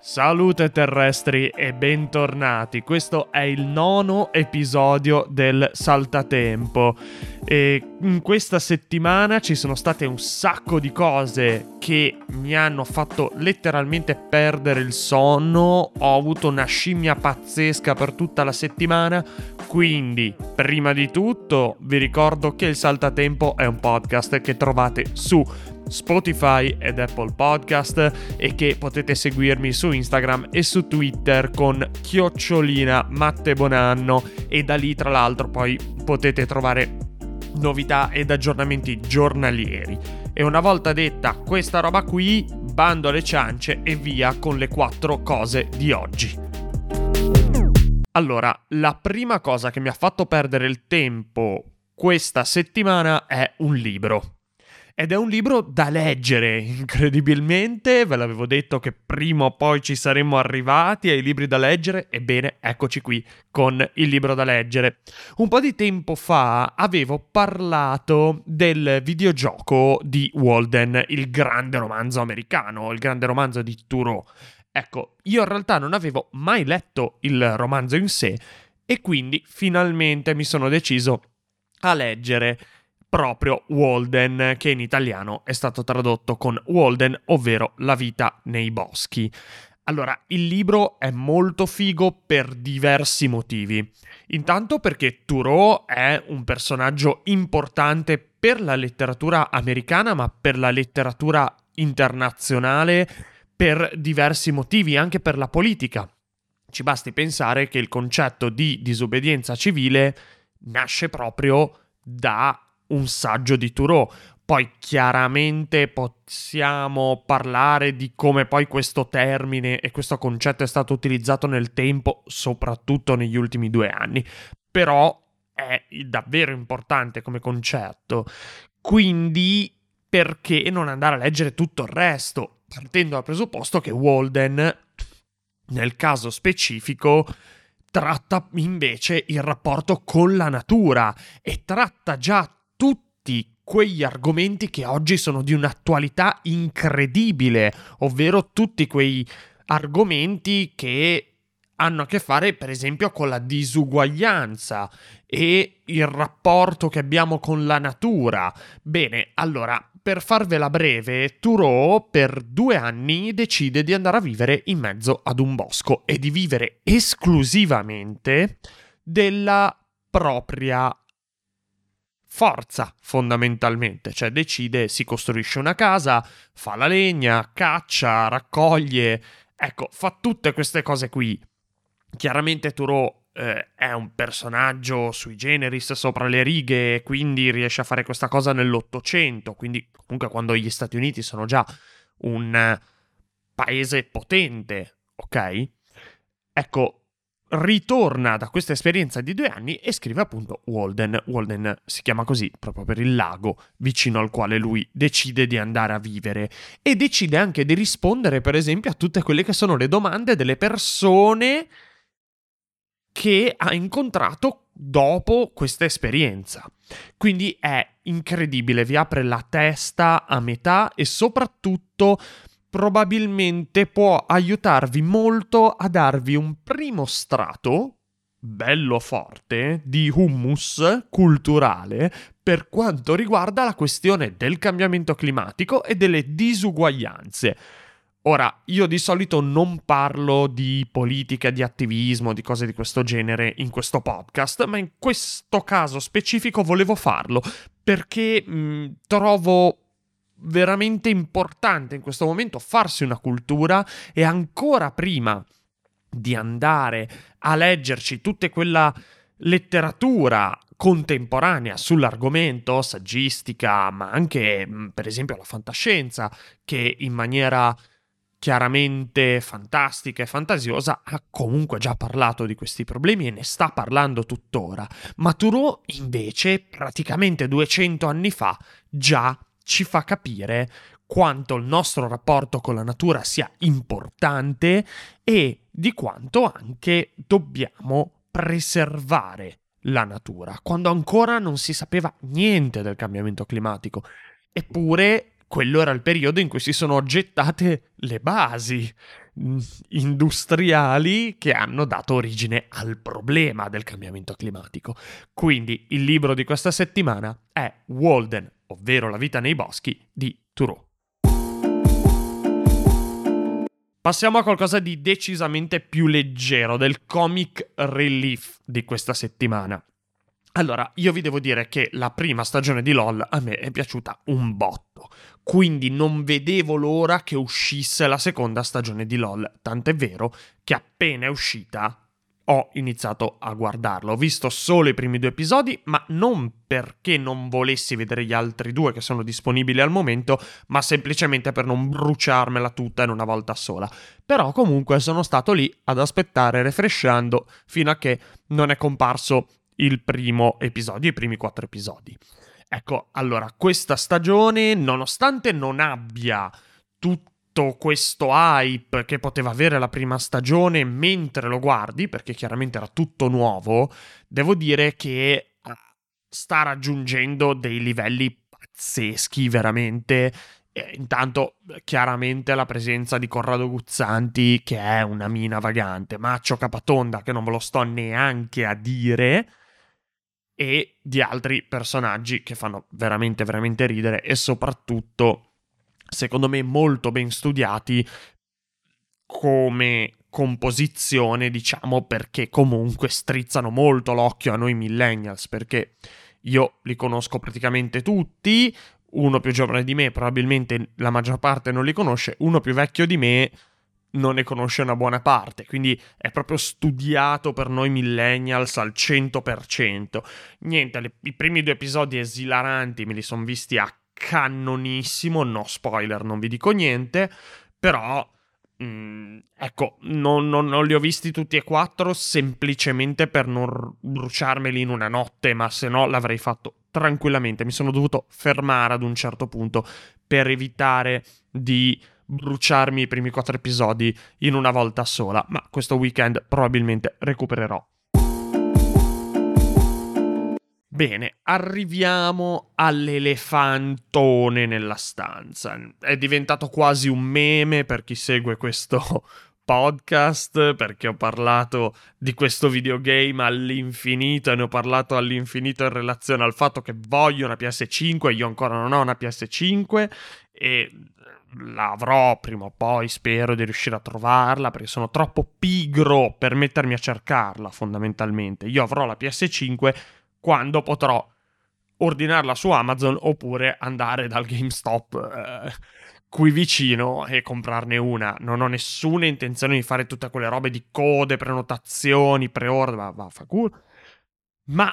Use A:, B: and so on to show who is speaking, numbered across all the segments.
A: Salute terrestri e bentornati, questo è il 9° episodio del Saltatempo e in questa settimana ci sono state un sacco di cose che mi hanno fatto letteralmente perdere il sonno, ho avuto una scimmia pazzesca per tutta la settimana, quindi prima di tutto vi ricordo che il Saltatempo è un podcast che trovate su Spotify ed Apple Podcast e che potete seguirmi su Instagram e su Twitter con @mattebonanno e da lì tra l'altro poi potete trovare novità ed aggiornamenti giornalieri. E una volta detta questa roba qui, bando alle ciance e via con le 4 cose di oggi. Allora, la prima cosa che mi ha fatto perdere il tempo questa settimana è un libro. Ed è un libro da leggere, incredibilmente, ve l'avevo detto che prima o poi ci saremmo arrivati ai libri da leggere, ebbene eccoci qui con il libro da leggere. Un po' di tempo fa avevo parlato del videogioco di Walden, il grande romanzo americano, il grande romanzo di Thoreau. Ecco, io in realtà non avevo mai letto il romanzo in sé e quindi finalmente mi sono deciso a leggere proprio Walden, che in italiano è stato tradotto con Walden, ovvero La vita nei boschi. Allora, il libro è molto figo per diversi motivi. Intanto perché Thoreau è un personaggio importante per la letteratura americana, ma per la letteratura internazionale per diversi motivi, anche per la politica. Ci basti pensare che il concetto di disobbedienza civile nasce proprio da un saggio di Thoreau. Poi chiaramente possiamo parlare di come poi questo termine e questo concetto è stato utilizzato nel tempo, soprattutto negli ultimi 2 anni, però è davvero importante come concetto. Quindi perché non andare a leggere tutto il resto, partendo dal presupposto che Walden, nel caso specifico, tratta invece il rapporto con la natura e tratta già tutti quegli argomenti che oggi sono di un'attualità incredibile, ovvero tutti quei argomenti che hanno a che fare per esempio con la disuguaglianza e il rapporto che abbiamo con la natura. Bene, allora, per farvela breve, Thoreau per 2 anni decide di andare a vivere in mezzo ad un bosco e di vivere esclusivamente della propria forza, fondamentalmente. Cioè decide, si costruisce una casa, fa la legna, caccia, raccoglie, ecco, fa tutte queste cose qui. Chiaramente Thoreau è un personaggio sui generis, sopra le righe, quindi riesce a fare questa cosa nell'800, quindi comunque quando gli Stati Uniti sono già un paese potente, ok? Ecco, ritorna da questa esperienza di 2 anni e scrive appunto Walden. Walden si chiama così proprio per il lago vicino al quale lui decide di andare a vivere e decide anche di rispondere per esempio a tutte quelle che sono le domande delle persone che ha incontrato dopo questa esperienza. Quindi è incredibile, vi apre la testa a metà e soprattutto probabilmente può aiutarvi molto a darvi un primo strato bello forte di hummus culturale per quanto riguarda la questione del cambiamento climatico e delle disuguaglianze. Ora, io di solito non parlo di politica, di attivismo, di cose di questo genere in questo podcast, ma in questo caso specifico volevo farlo perché trovo veramente importante in questo momento farsi una cultura e ancora prima di andare a leggerci tutta quella letteratura contemporanea sull'argomento, saggistica, ma anche per esempio la fantascienza, che in maniera chiaramente fantastica e fantasiosa ha comunque già parlato di questi problemi e ne sta parlando tuttora. Ma Thoreau invece praticamente 200 anni fa già ci fa capire quanto il nostro rapporto con la natura sia importante e di quanto anche dobbiamo preservare la natura, quando ancora non si sapeva niente del cambiamento climatico. Eppure quello era il periodo in cui si sono gettate le basi industriali che hanno dato origine al problema del cambiamento climatico. Quindi il libro di questa settimana è Walden, ovvero La vita nei boschi di Thoreau. Passiamo a qualcosa di decisamente più leggero, del comic relief di questa settimana. Allora, io vi devo dire che la prima stagione di LOL a me è piaciuta un botto, quindi non vedevo l'ora che uscisse la seconda stagione di LOL, tant'è vero che appena è uscita ho iniziato a guardarlo. Ho visto solo i primi 2 episodi, ma non perché non volessi vedere gli altri 2 che sono disponibili al momento, ma semplicemente per non bruciarmela tutta in una volta sola. Però comunque sono stato lì ad aspettare, refreshando, fino a che non è comparso il primo episodio, i primi 4 episodi. Ecco, allora, questa stagione, nonostante non abbia tutto questo hype che poteva avere la prima stagione mentre lo guardi, perché chiaramente era tutto nuovo, devo dire che sta raggiungendo dei livelli pazzeschi, veramente. E intanto, chiaramente, la presenza di Corrado Guzzanti, che è una mina vagante, Maccio Capatonda, che non ve lo sto neanche a dire, e di altri personaggi che fanno veramente, veramente ridere e soprattutto, secondo me, molto ben studiati come composizione, diciamo, perché comunque strizzano molto l'occhio a noi millennials, perché io li conosco praticamente tutti, uno più giovane di me probabilmente la maggior parte non li conosce, uno più vecchio di me non ne conosce una buona parte, quindi è proprio studiato per noi millennials al 100%. Niente, i primi 2 episodi esilaranti me li sono visti a cannonissimo, no spoiler, non vi dico niente, però ecco, non li ho visti tutti e 4 semplicemente per non bruciarmeli in una notte, ma se no l'avrei fatto tranquillamente. Mi sono dovuto fermare ad un certo punto per evitare di bruciarmi i primi 4 episodi in una volta sola, ma questo weekend probabilmente recupererò. Bene, arriviamo all'elefantone nella stanza. È diventato quasi un meme per chi segue questo podcast, perché ho parlato di questo videogame all'infinito e ne ho parlato all'infinito in relazione al fatto che voglio una PS5, io ancora non ho una PS5 e la avrò prima o poi, spero di riuscire a trovarla perché sono troppo pigro per mettermi a cercarla fondamentalmente. Io avrò la PS5 quando potrò ordinarla su Amazon oppure andare dal GameStop qui vicino e comprarne una. Non ho nessuna intenzione di fare tutte quelle robe di code, prenotazioni, pre-order, ma fa culo. Ma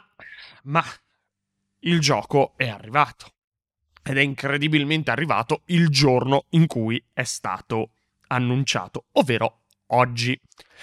A: il gioco è arrivato. Ed è incredibilmente arrivato il giorno in cui è stato annunciato, ovvero oggi.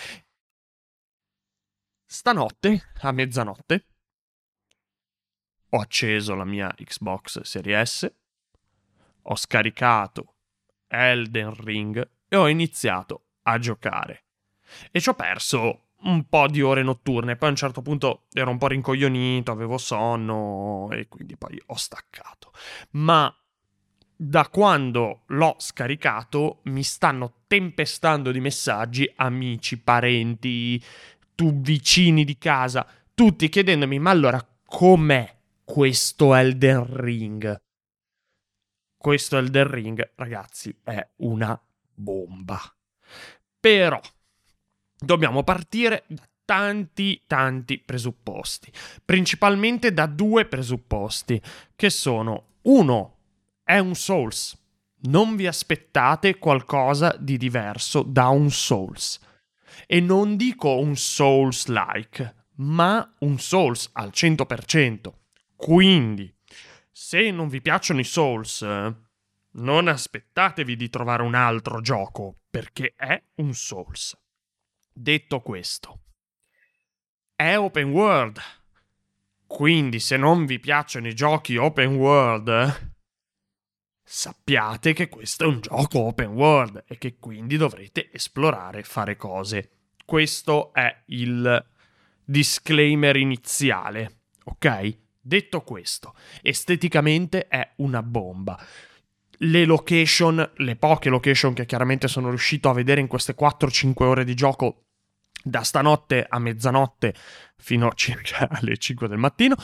A: Stanotte, a mezzanotte, ho acceso la mia Xbox Series S, ho scaricato Elden Ring e ho iniziato a giocare. E ci ho perso un po' di ore notturne, poi a un certo punto ero un po' rincoglionito, avevo sonno e quindi poi ho staccato. Ma da quando l'ho scaricato mi stanno tempestando di messaggi amici, parenti, vicini di casa, tutti chiedendomi ma allora com'è questo Elden Ring? Questo Elden Ring, ragazzi, è una bomba. Però dobbiamo partire da tanti presupposti, principalmente da 2 presupposti, che sono: uno, è un Souls. Non vi aspettate qualcosa di diverso da un Souls. E non dico un Souls-like, ma un Souls al 100%. Quindi, se non vi piacciono i Souls, non aspettatevi di trovare un altro gioco, perché è un Souls. Detto questo, è open world. Quindi, se non vi piacciono i giochi open world, sappiate che questo è un gioco open world e che quindi dovrete esplorare, fare cose. Questo è il disclaimer iniziale, ok? Detto questo, esteticamente è una bomba. le poche location che chiaramente sono riuscito a vedere in queste 4-5 ore di gioco da stanotte a mezzanotte fino a circa alle 5 del mattino,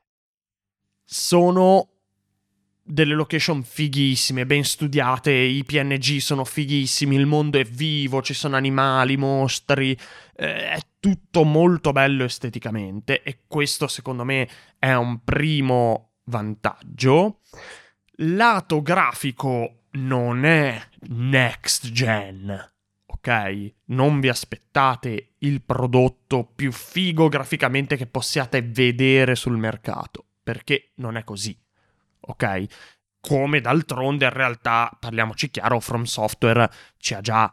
A: sono delle location fighissime, ben studiate, i PNG sono fighissimi, il mondo è vivo, ci sono animali, mostri, è tutto molto bello esteticamente e questo secondo me è un primo vantaggio. Lato grafico non è next gen, ok? Non vi aspettate il prodotto più figo graficamente che possiate vedere sul mercato, perché non è così, ok? Come d'altronde in realtà, parliamoci chiaro, From Software ci ha già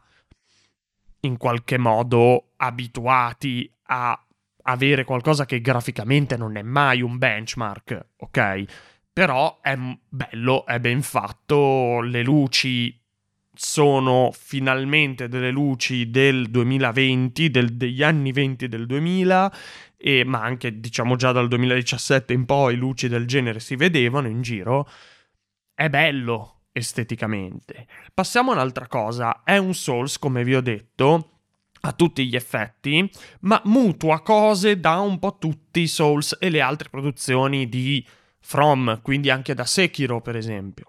A: in qualche modo abituati a avere qualcosa che graficamente non è mai un benchmark, ok? Però è bello, è ben fatto, le luci sono finalmente delle luci del 2020, degli anni 20 del 2000, ma anche diciamo già dal 2017 in poi luci del genere si vedevano in giro. È bello esteticamente. Passiamo a un'altra cosa, è un Souls, come vi ho detto, a tutti gli effetti, ma mutua cose da un po' tutti i Souls e le altre produzioni di From, quindi anche da Sekiro, per esempio.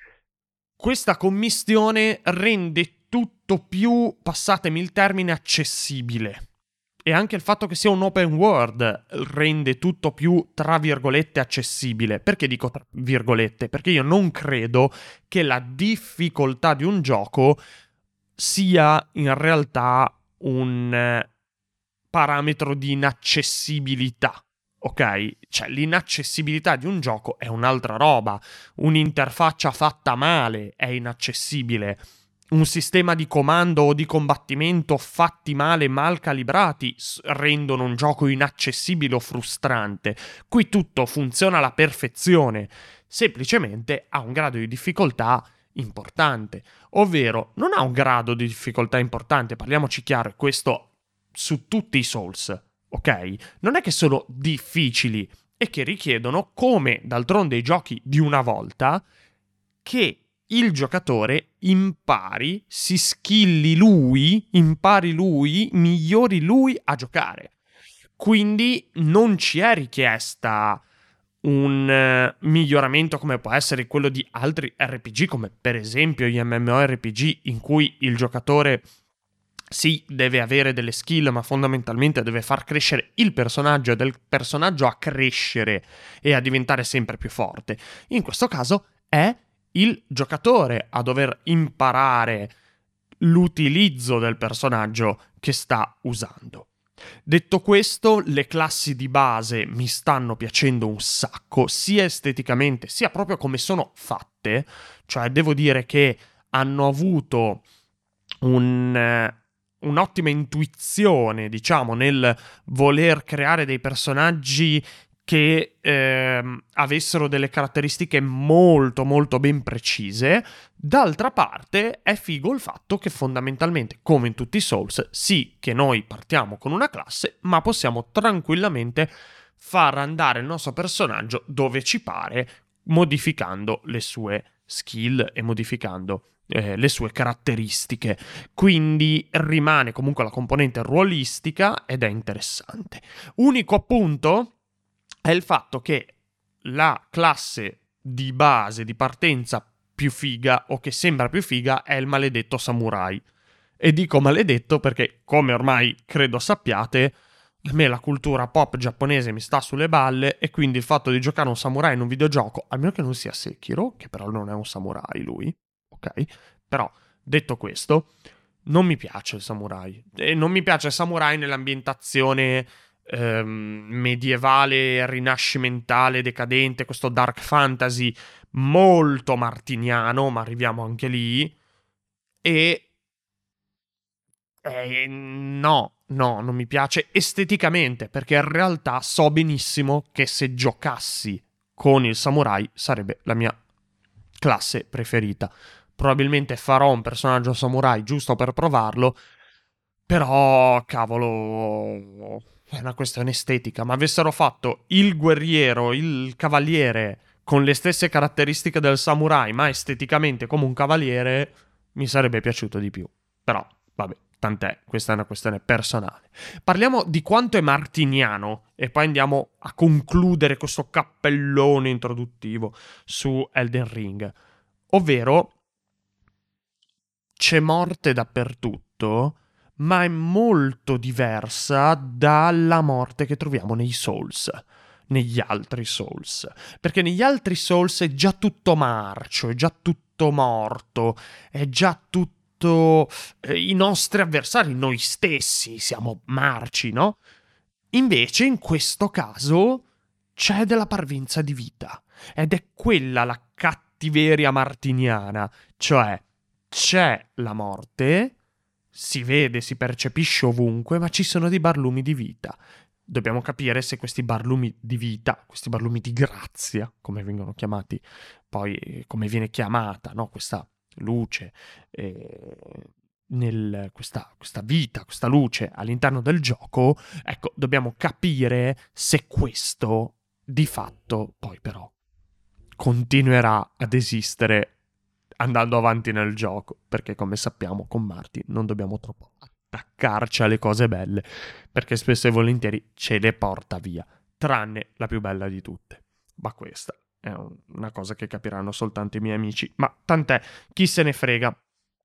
A: Questa commistione rende tutto più, passatemi il termine, accessibile. E anche il fatto che sia un open world rende tutto più, tra virgolette, accessibile. Perché dico tra virgolette? Perché io non credo che la difficoltà di un gioco sia in realtà un parametro di inaccessibilità. Ok? Cioè, l'inaccessibilità di un gioco è un'altra roba. Un'interfaccia fatta male è inaccessibile. Un sistema di comando o di combattimento fatti male, mal calibrati, rendono un gioco inaccessibile o frustrante. Qui tutto funziona alla perfezione, semplicemente ha un grado di difficoltà importante. Ovvero, non ha un grado di difficoltà importante, parliamoci chiaro, e questo su tutti i Souls, ok? Non è che sono difficili e che richiedono, come d'altronde i giochi di una volta, che il giocatore impari, si skilli lui, migliori lui a giocare. Quindi non ci è richiesta un miglioramento come può essere quello di altri RPG, come per esempio gli MMORPG, in cui il giocatore sì, deve avere delle skill, ma fondamentalmente deve far crescere il personaggio e del personaggio a crescere e a diventare sempre più forte. In questo caso è il giocatore a dover imparare l'utilizzo del personaggio che sta usando. Detto questo, le classi di base mi stanno piacendo un sacco, sia esteticamente, sia proprio come sono fatte. Cioè, devo dire che hanno avuto un'ottima intuizione, diciamo, nel voler creare dei personaggi che avessero delle caratteristiche molto molto ben precise. D'altra parte è figo il fatto che fondamentalmente, come in tutti i Souls, sì che noi partiamo con una classe, ma possiamo tranquillamente far andare il nostro personaggio dove ci pare, modificando le sue skill e modificando le sue caratteristiche. Quindi rimane comunque la componente ruolistica ed è interessante. Unico appunto è il fatto che la classe di base, di partenza più figa o che sembra più figa è il maledetto samurai. E dico maledetto perché, come ormai credo sappiate, a me la cultura pop giapponese mi sta sulle balle e quindi il fatto di giocare un samurai in un videogioco, a meno che non sia Sekiro, che però non è un samurai lui, ok? Però, detto questo, non mi piace il samurai. E non mi piace il samurai nell'ambientazione medievale, rinascimentale, decadente, questo dark fantasy molto martiniano, ma arriviamo anche lì. E no, non mi piace esteticamente, perché in realtà so benissimo che se giocassi con il samurai sarebbe la mia classe preferita. Probabilmente farò un personaggio samurai giusto per provarlo, però, cavolo, è una questione estetica. Ma avessero fatto il guerriero, il cavaliere con le stesse caratteristiche del samurai, ma esteticamente come un cavaliere, mi sarebbe piaciuto di più. Però, vabbè, tant'è, questa è una questione personale. Parliamo di quanto è martiniano e poi andiamo a concludere questo cappellone introduttivo su Elden Ring. Ovvero, c'è morte dappertutto, ma è molto diversa dalla morte che troviamo nei Souls, negli altri Souls. Perché negli altri Souls è già tutto marcio, è già tutto morto, è già tutto... i nostri avversari, noi stessi, siamo marci, no? Invece in questo caso c'è della parvenza di vita, ed è quella la cattiveria martiniana, cioè c'è la morte, si vede, si percepisce ovunque, ma ci sono dei barlumi di vita. Dobbiamo capire se questi barlumi di vita, questi barlumi di grazia, come vengono chiamati, poi come viene chiamata, no? Questa luce, questa vita, questa luce all'interno del gioco, ecco, dobbiamo capire se questo di fatto poi però continuerà ad esistere andando avanti nel gioco, perché come sappiamo con Martin non dobbiamo troppo attaccarci alle cose belle, perché spesso e volentieri ce le porta via, tranne la più bella di tutte. Ma questa è una cosa che capiranno soltanto i miei amici, ma tant'è, chi se ne frega.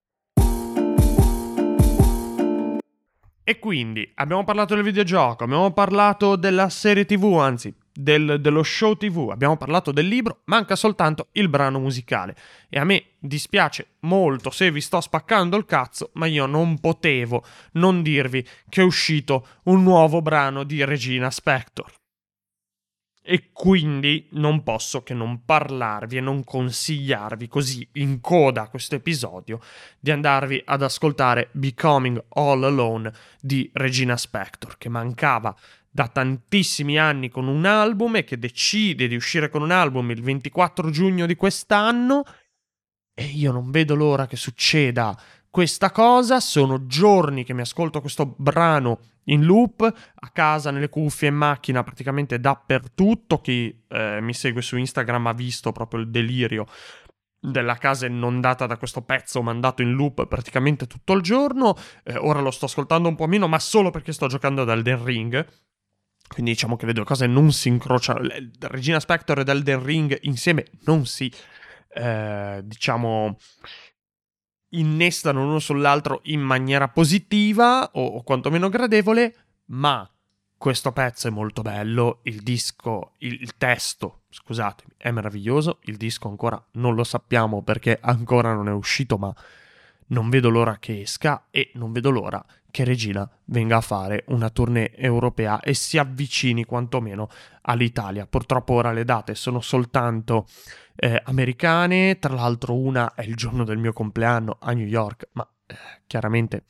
A: E quindi abbiamo parlato del videogioco, abbiamo parlato della serie TV, anzi dello show TV, abbiamo parlato del libro, manca soltanto il brano musicale. E a me dispiace molto se vi sto spaccando il cazzo, ma io non potevo non dirvi che è uscito un nuovo brano di Regina Spektor. E quindi non posso che non parlarvi e non consigliarvi così in coda a questo episodio di andarvi ad ascoltare Becoming All Alone di Regina Spektor, che mancava da tantissimi anni con un album e che decide di uscire con un album il 24 giugno di quest'anno, e io non vedo l'ora che succeda questa cosa. Sono giorni che mi ascolto questo brano in loop, a casa, nelle cuffie, in macchina, praticamente dappertutto. Chi mi segue su Instagram ha visto proprio il delirio della casa inondata da questo pezzo mandato in loop praticamente tutto il giorno. Ora lo sto ascoltando un po' meno, ma solo perché sto giocando ad Elden Ring. Quindi diciamo che le due cose non si incrociano. Regina Spektor ed Elden Ring insieme non si, diciamo, innestano l'uno sull'altro in maniera positiva o quantomeno gradevole, ma questo pezzo è molto bello, il disco, il testo, scusatemi, è meraviglioso, il disco ancora non lo sappiamo perché ancora non è uscito, ma non vedo l'ora che esca e non vedo l'ora che Regina venga a fare una tournée europea e si avvicini quantomeno all'Italia. Purtroppo ora le date sono soltanto americane, tra l'altro una è il giorno del mio compleanno a New York, ma chiaramente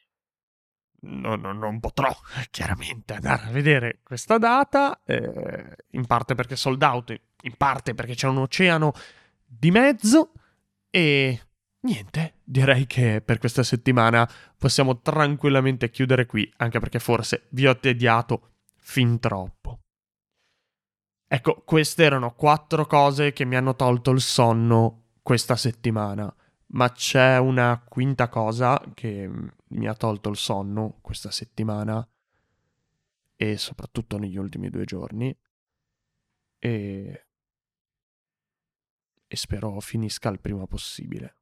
A: non potrò chiaramente andare a vedere questa data, in parte perché sold out, in parte perché c'è un oceano di mezzo. E niente, direi che per questa settimana possiamo tranquillamente chiudere qui, anche perché forse vi ho tediato fin troppo. Ecco, queste erano 4 cose che mi hanno tolto il sonno questa settimana, ma c'è una quinta cosa che mi ha tolto il sonno questa settimana e soprattutto negli ultimi 2 giorni e spero finisca il prima possibile.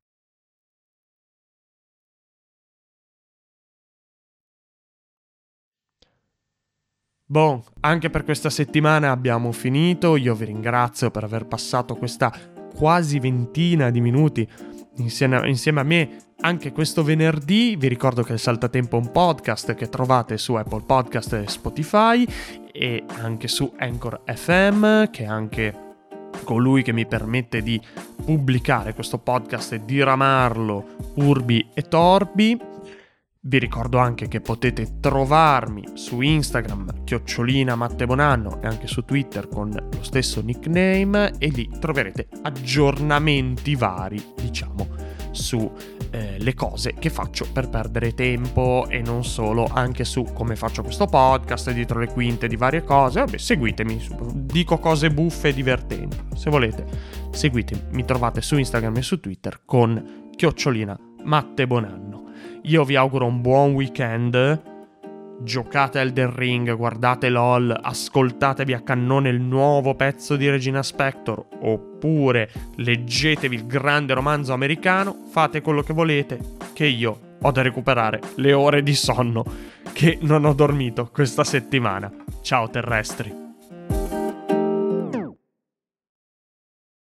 A: Boh, anche per questa settimana abbiamo finito. Io vi ringrazio per aver passato questa quasi ventina di minuti insieme a me anche questo venerdì. Vi ricordo che il Saltatempo è un podcast che trovate su Apple Podcast e Spotify e anche su Anchor FM, che è anche colui che mi permette di pubblicare questo podcast e diramarlo urbi e torbi. Vi ricordo anche che potete trovarmi su Instagram @mattebonanno e anche su Twitter con lo stesso nickname, e lì troverete aggiornamenti vari, diciamo, su le cose che faccio per perdere tempo, e non solo, anche su come faccio questo podcast, dietro le quinte di varie cose. Vabbè, seguitemi, dico cose buffe e divertenti. Se volete, seguitemi, mi trovate su Instagram e su Twitter con @mattebonanno. Io vi auguro un buon weekend. Giocate Elden Ring, guardate LOL, ascoltatevi a cannone il nuovo pezzo di Regina Spektor, oppure leggetevi il grande romanzo americano. Fate quello che volete, che io ho da recuperare le ore di sonno che non ho dormito questa settimana. Ciao terrestri.